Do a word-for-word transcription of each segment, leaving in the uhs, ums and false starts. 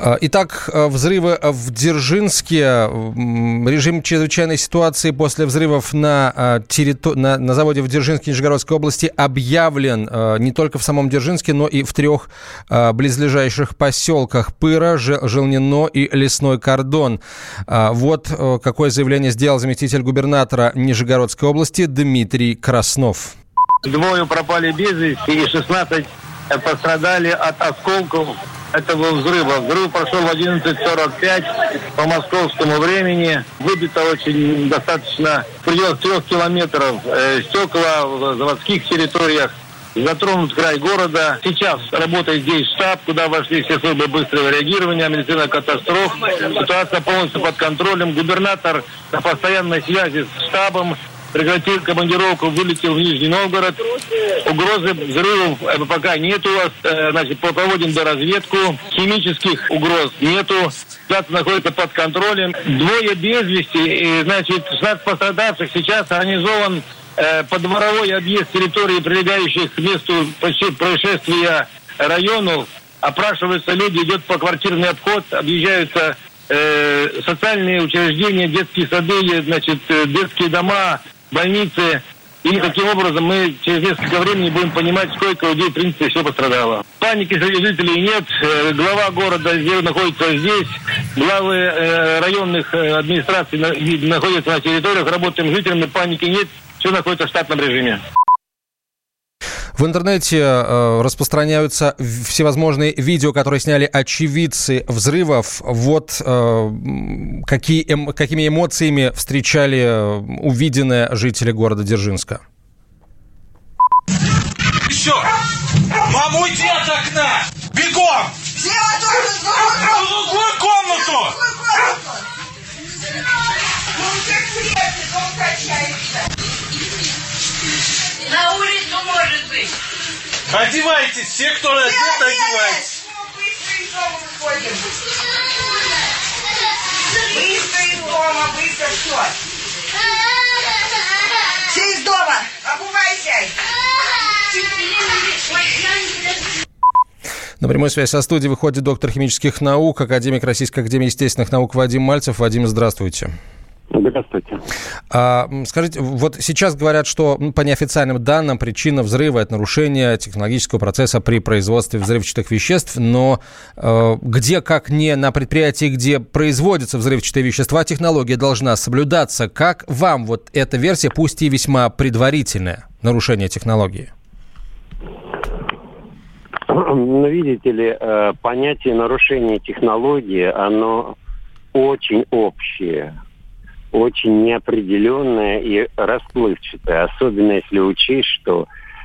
Итак, взрывы в Дзержинске. Режим чрезвычайной ситуации после взрывов на, территор... на, на заводе в Дзержинске Нижегородской области объявлен не только в самом Дзержинске, но и в трех близлежащих поселках: Пыра, Желнино и Лесной Кордон. Вот какое заявление сделал заместитель губернатора Нижегородской области Дмитрий Краснов. Двое пропали без вести и шестнадцать пострадали от осколков этого взрыва. Взрыв прошел в одиннадцать сорок пять по московскому времени. Выбито очень достаточно в пределах трех километров э, стекла в заводских территориях. Затронут край города. Сейчас работает здесь штаб, куда вошли все службы быстрого реагирования, медицина катастроф. Ситуация полностью под контролем. Губернатор на постоянной связи с штабом. Прекратил командировку, вылетел в Нижний Новгород. Угрозы взрывов пока нету. Значит, проводим доразведку. Химических угроз нету. Ситуация находится под контролем. Двое без вести. И, значит, шестнадцать пострадавших. Сейчас организован э, подворовой объезд территории, прилегающих к месту происшествия районов. Опрашиваются люди, идет поквартирный обход, объезжаются э, социальные учреждения, детские сады, значит, детские дома, больницы. И таким образом мы через несколько времени будем понимать, сколько людей, в принципе, все пострадало. Паники среди жителей нет. Глава города находится здесь. Главы э, районных администраций на, находятся на территориях. Работаем с жителями. Паники нет. Все находится в штатном режиме. В интернете э, распространяются всевозможные видео, которые сняли очевидцы взрывов. Вот э, какие, эм, какими эмоциями встречали увиденное жители города Дзержинска. Все! Мама, уйди от окна! Бегом! Все в другую комнату! На улицу, может быть. Одевайтесь, все, кто одет, одевайтесь. Быстро из дома выходим. Быстро из дома, быстро все. Все из дома, обувайся. На прямую связь со студией выходит доктор химических наук, академик Российской академии естественных наук Вадим Мальцев. Вадим, здравствуйте. Здравствуйте. А, скажите, вот сейчас говорят, что ну, по неофициальным данным причина взрыва – это нарушение технологического процесса при производстве взрывчатых веществ, но э, где, как не на предприятии, где производятся взрывчатые вещества, технология должна соблюдаться. Как вам вот эта версия, пусть и весьма предварительная, нарушение технологии? Ну, видите ли, понятие нарушения технологии, оно очень общее, очень неопределенное и расплывчатое, особенно если учесть, что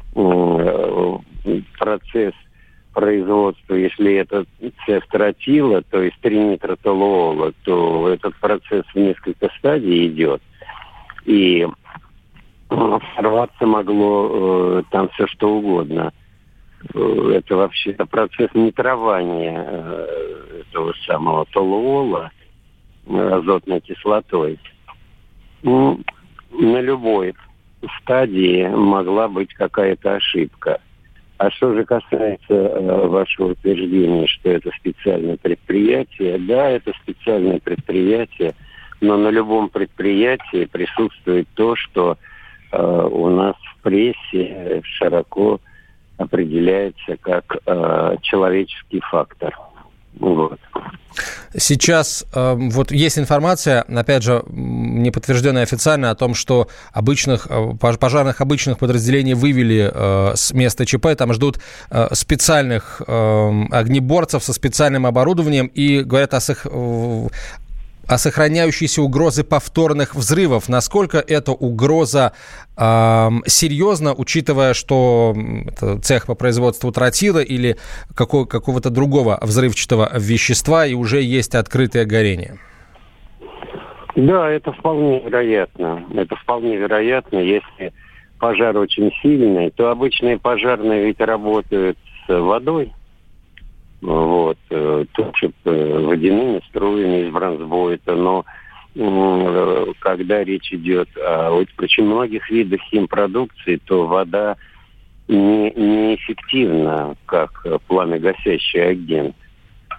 э, процесс производства, если это цефтротила, то есть тринитротолуола, то этот процесс в несколько стадий идет. И взорваться могло э, там все что угодно. Это вообще-то процесс нитрования э, этого самого толуола азотной кислотой. Ну, на любой стадии могла быть какая-то ошибка. А что же касается э, вашего утверждения, что это специальное предприятие, да, это специальное предприятие, но на любом предприятии присутствует то, что э, у нас в прессе широко определяется как э, человеческий фактор. Вот. Сейчас э, вот есть информация, опять же, не подтвержденная официально, о том, что обычных, пожарных обычных подразделений вывели э, с места ЧП, там ждут э, специальных э, огнеборцев со специальным оборудованием и говорят о, сох... о сохраняющейся угрозе повторных взрывов. Насколько эта угроза э, серьезна, учитывая, что это цех по производству тротила или какого- какого-то другого взрывчатого вещества, и уже есть открытое горение? Да, это вполне вероятно. Это вполне вероятно, если пожар очень сильный, то обычные пожарные ведь работают с водой. Вот, тушат водяными струями из бронзбойта, но э, когда речь идет о очень многих видах химпродукции, то вода не, неэффективна как пламегасящий агент.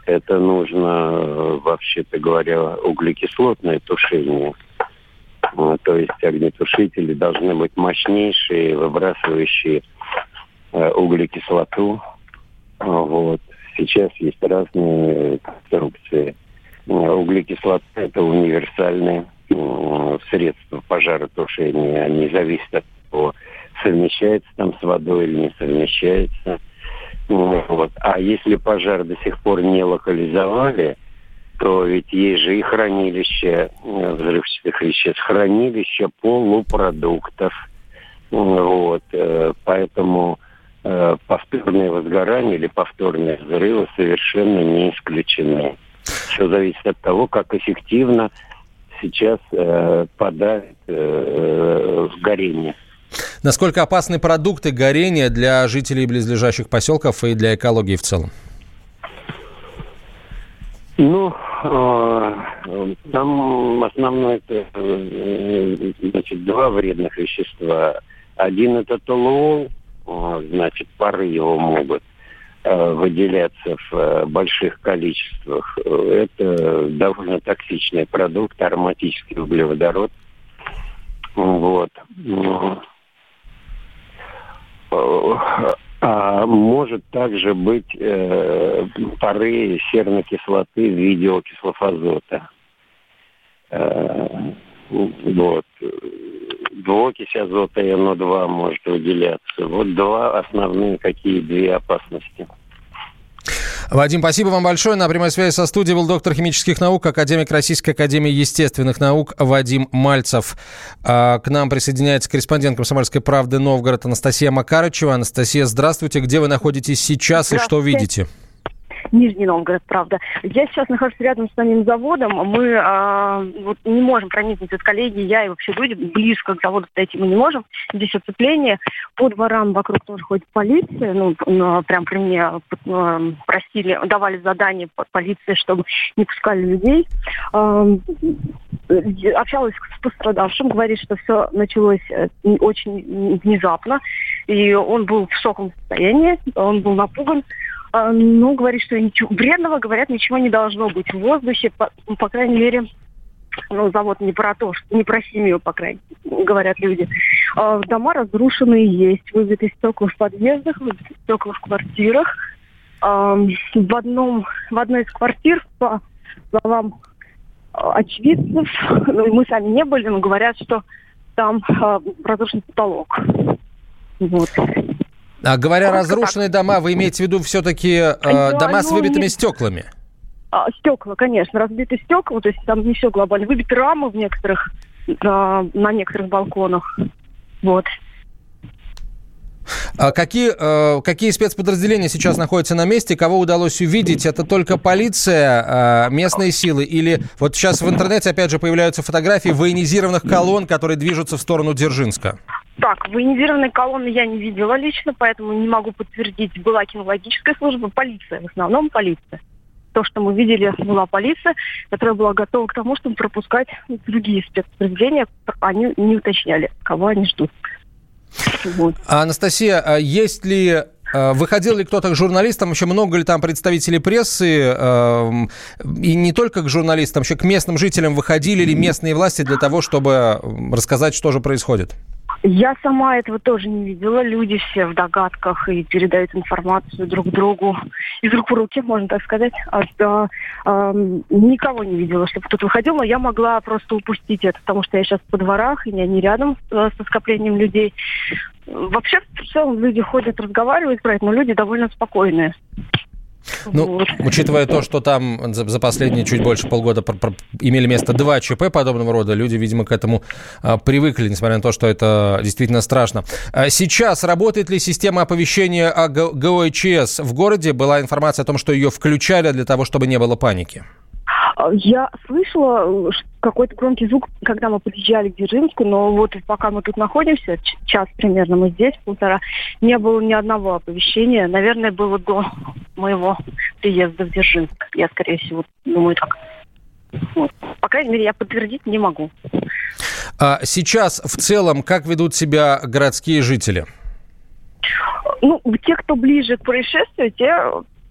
это нужно, вообще-то говоря, углекислотное тушение. То есть огнетушители должны быть мощнейшие, выбрасывающие углекислоту. Вот. Сейчас есть разные конструкции. Углекислота – это универсальное средство пожаротушения. Они зависят от того, совмещается там с водой или не совмещается. Вот. А если пожар до сих пор не локализовали, то ведь есть же и хранилище взрывчатых веществ, хранилище полупродуктов. Вот. Поэтому повторные возгорания или повторные взрывы совершенно не исключены. Все зависит от того, как эффективно сейчас э, подавит э, горение. Насколько опасны продукты горения для жителей близлежащих поселков и для экологии в целом? Ну, э, там основное это э, значит, два вредных вещества. Один это толуол, э, значит, пары его могут э, выделяться в э, больших количествах. Это довольно токсичный продукт, ароматический углеводород. Вот. А может также быть э, пары серной кислоты в виде окислов азота. Э, вот. Двуокись азота и эн о два может выделяться. Вот два основные какие две опасности. Вадим, спасибо вам большое. На прямой связи со студией был доктор химических наук, академик Российской академии естественных наук Вадим Мальцев. К нам присоединяется корреспондент «Комсомольской правды» Новгород Анастасия Макарычева. Анастасия, здравствуйте. Где вы находитесь сейчас и что видите? Нижний Новгород, правда. Я сейчас нахожусь рядом с самим заводом. Мы э, вот не можем проникнуть, от коллеги, я и вообще люди, близко к заводу подойти мы не можем. Здесь оцепление. По дворам вокруг тоже ходит полиция. Ну, ну прям при мне э, просили, давали задание по полиции, чтобы не пускали людей. Э, общалась с пострадавшим, говорит, что все началось очень внезапно. И он был в шоковом состоянии, он был напуган. Ну, говорит, что ничего вредного, говорят, ничего не должно быть в воздухе. По, по крайней мере, ну, завод не про то, что, не про семью, по крайней мере, говорят люди. А, дома разрушенные есть, выбиты стекла в подъездах, выбиты стекла в квартирах. А, в, одном, в одной из квартир, по словам очевидцев, ну, мы сами не были, но говорят, что там а, разрушен потолок. Вот. А говоря разрушенные дома, вы имеете в виду все-таки э, да, дома с выбитыми не... стеклами? А, стекла, конечно, разбиты стекла, то есть там не все глобально. Выбиты рамы в некоторых, а, на некоторых балконах. Вот. А какие, э, какие спецподразделения сейчас находятся на месте? Кого удалось увидеть? Это только полиция, э, местные силы? Или вот сейчас в интернете опять же появляются фотографии военизированных колонн, которые движутся в сторону Дзержинска? Так, военизированной колонны я не видела лично, поэтому не могу подтвердить. Была кинологическая служба, полиция, в основном полиция. То, что мы видели, была полиция, которая была готова к тому, чтобы пропускать другие спецподразделения. Они не уточняли, кого они ждут. Вот. Анастасия, есть ли... Выходил ли кто-то к журналистам? Вообще много ли там представителей прессы? И не только к журналистам, еще к местным жителям выходили ли местные власти для того, чтобы рассказать, что же происходит? Я сама этого тоже не видела. Люди все в догадках и передают информацию друг другу из рук в руки, можно так сказать. А, а, а, никого не видела, чтобы кто-то выходил, но я могла просто упустить это, потому что я сейчас во дворах, и я не рядом со скоплением людей. Вообще, в целом, люди ходят, разговаривают про это, но люди довольно спокойные. Ну, вот. Учитывая то, что там за, за последние чуть больше полгода про, про, имели место два ЧП подобного рода, люди, видимо, к этому а, привыкли, несмотря на то, что это действительно страшно. А сейчас работает ли система оповещения о ГОЧС в городе? Была информация о том, что ее включали для того, чтобы не было паники. Я слышала какой-то громкий звук, когда мы подъезжали к Дзержинску, но вот пока мы тут находимся, час примерно мы здесь, полтора, не было ни одного оповещения. Наверное, было до моего приезда в Дзержинск. Я, скорее всего, думаю так. Вот. По крайней мере, я подтвердить не могу. А сейчас в целом как ведут себя городские жители? Ну, те, кто ближе к происшествию, те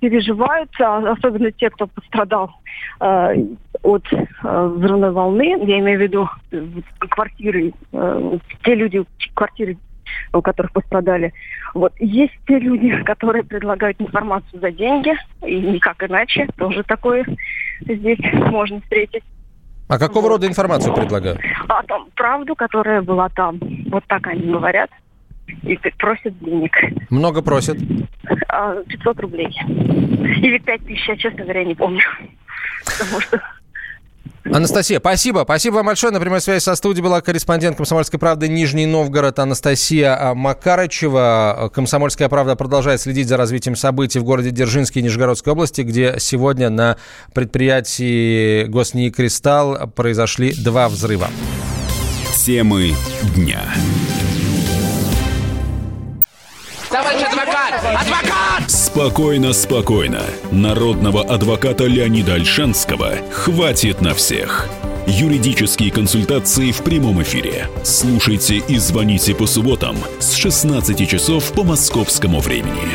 переживают, особенно те, кто пострадал э, от э, взрывной волны. Я имею в виду э, квартиры, э, те люди, квартиры, у которых пострадали. Вот. Есть те люди, которые предлагают информацию за деньги, и никак иначе. Тоже такое здесь можно встретить. А какого вот. рода информацию предлагают? А там правду, которая была там. Вот так они говорят. И просят денег. Много просят? пятьсот рублей. Или пять тысяч, я, честно говоря, не помню. Потому что... Анастасия, спасибо. Спасибо вам большое. На прямой связи со студией была корреспондент «Комсомольской правды» Нижний Новгород Анастасия Макарычева. «Комсомольская правда» продолжает следить за развитием событий в городе Дзержинске и Нижегородской области, где сегодня на предприятии «Госнии Кристалл» произошли два взрыва. Темы дня. Товарищ адвокат! Адвокат! Спокойно, спокойно. Народного адвоката Леонида Ольшанского хватит на всех. Юридические консультации в прямом эфире. Слушайте и звоните по субботам с шестнадцати часов по московскому времени.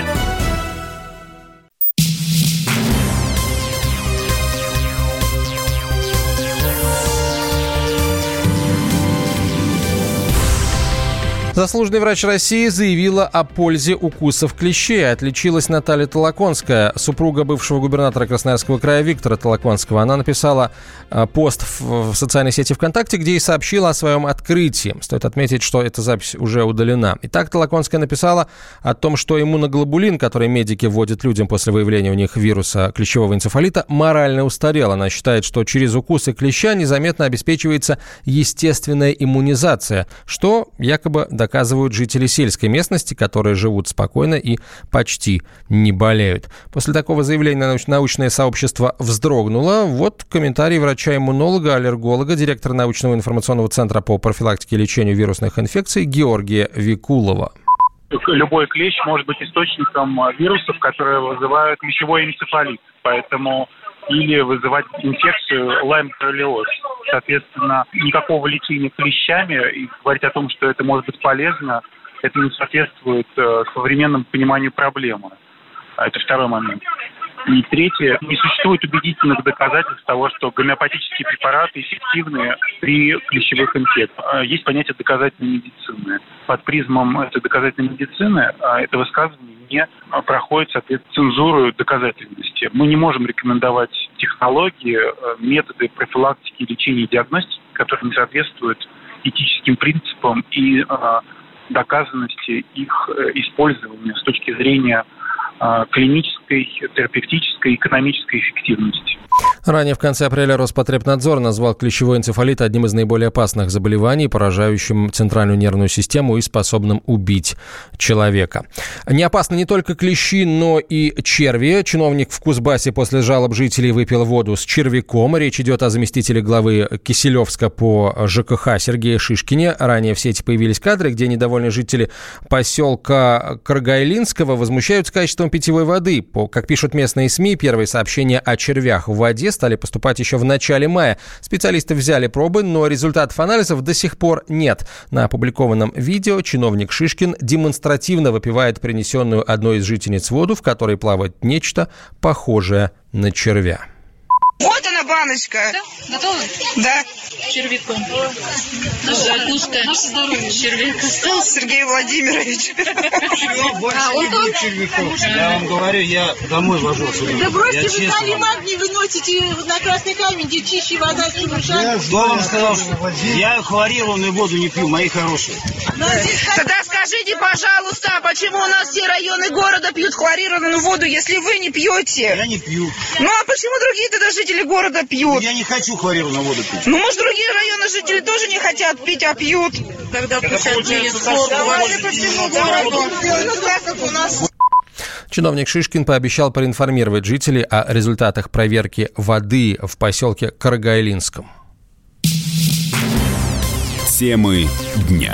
Заслуженный врач России заявила о пользе укусов клещей. Отличилась Наталья Толоконская, супруга бывшего губернатора Красноярского края Виктора Толоконского. Она написала пост в социальной сети ВКонтакте, где и сообщила о своем открытии. Стоит отметить, что эта запись уже удалена. Итак, Толоконская написала о том, что иммуноглобулин, который медики вводят людям после выявления у них вируса клещевого энцефалита, морально устарел. Она считает, что через укусы клеща незаметно обеспечивается естественная иммунизация, что якобы доказывают жители сельской местности, которые живут спокойно и почти не болеют. После такого заявления научное сообщество вздрогнуло. Вот комментарий врача-иммунолога, аллерголога, директора научного информационного центра по профилактике и лечению вирусных инфекций Георгия Викулова. Любой клещ может быть источником вирусов, которые вызывают клещевой энцефалит. Поэтому или вызывать инфекцию лайм-боррелиоз. Соответственно, никакого лечения клещами и говорить о том, что это может быть полезно, это не соответствует э, современному пониманию проблемы. Это второй момент. И третье, не существует убедительных доказательств того, что гомеопатические препараты эффективны при клещевых инфекциях. Есть понятие доказательной медицины. Под призмом этой доказательной медицины это высказывание не проходит, соответственно, цензуру доказательности. Мы не можем рекомендовать технологии, методы профилактики, лечения и диагностики, которые не соответствуют этическим принципам и доказанности их использования с точки зрения клинической, терапевтической, экономической эффективности. Ранее в конце апреля Роспотребнадзор назвал клещевой энцефалит одним из наиболее опасных заболеваний, поражающим центральную нервную систему и способным убить человека. Не опасны не только клещи, но и черви. Чиновник в Кузбассе после жалоб жителей выпил воду с червяком. Речь идет о заместителе главы Киселевска по ЖКХ Сергее Шишкине. Ранее в сети появились кадры, где недовольные жители поселка Каргайлинского возмущаются качеством питьевой воды. По, как пишут местные СМИ, первые сообщения о червях в воде стали поступать еще в начале мая. Специалисты взяли пробы, но результатов анализов до сих пор нет. На опубликованном видео чиновник Шишкин демонстративно выпивает принесенную одной из жительниц воду, в которой плавает нечто похожее на червя. Вот она, баночка. Да? Готова? Да. Червяком. Наша закуска. Наше здоровье. Червяк остался. Сергей Владимирович. А, он тут? Я вам говорю, я домой вожу. Да бросьте, вы сами магний выносите на Красный Камень, где чище вода, чем я вам сказал, что я хлорированную воду не пью, мои хорошие. Тогда скажите, пожалуйста, почему у нас все районы города пьют хлорированную воду, если вы не пьете? Я не пью. Ну а почему другие тогда жители города пьют? Я не хочу хлорированную воду пить. Ну, может, другие районы жители тоже не хотят пить, а пьют? Тогда пусть отделят хлор. Давайте по всему городу. Ну, так как у нас... Чиновник Шишкин пообещал проинформировать жителей о результатах проверки воды в поселке Каргайлинском. Темы дня.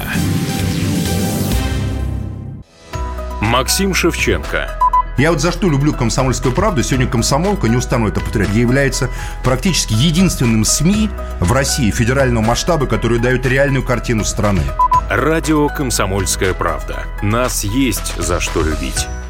Максим Шевченко. Я вот за что люблю «Комсомольскую правду». Сегодня «Комсомолка», не устану это повторять, является практически единственным СМИ в России федерального масштаба, который дает реальную картину страны. Радио «Комсомольская правда». Нас есть за что любить.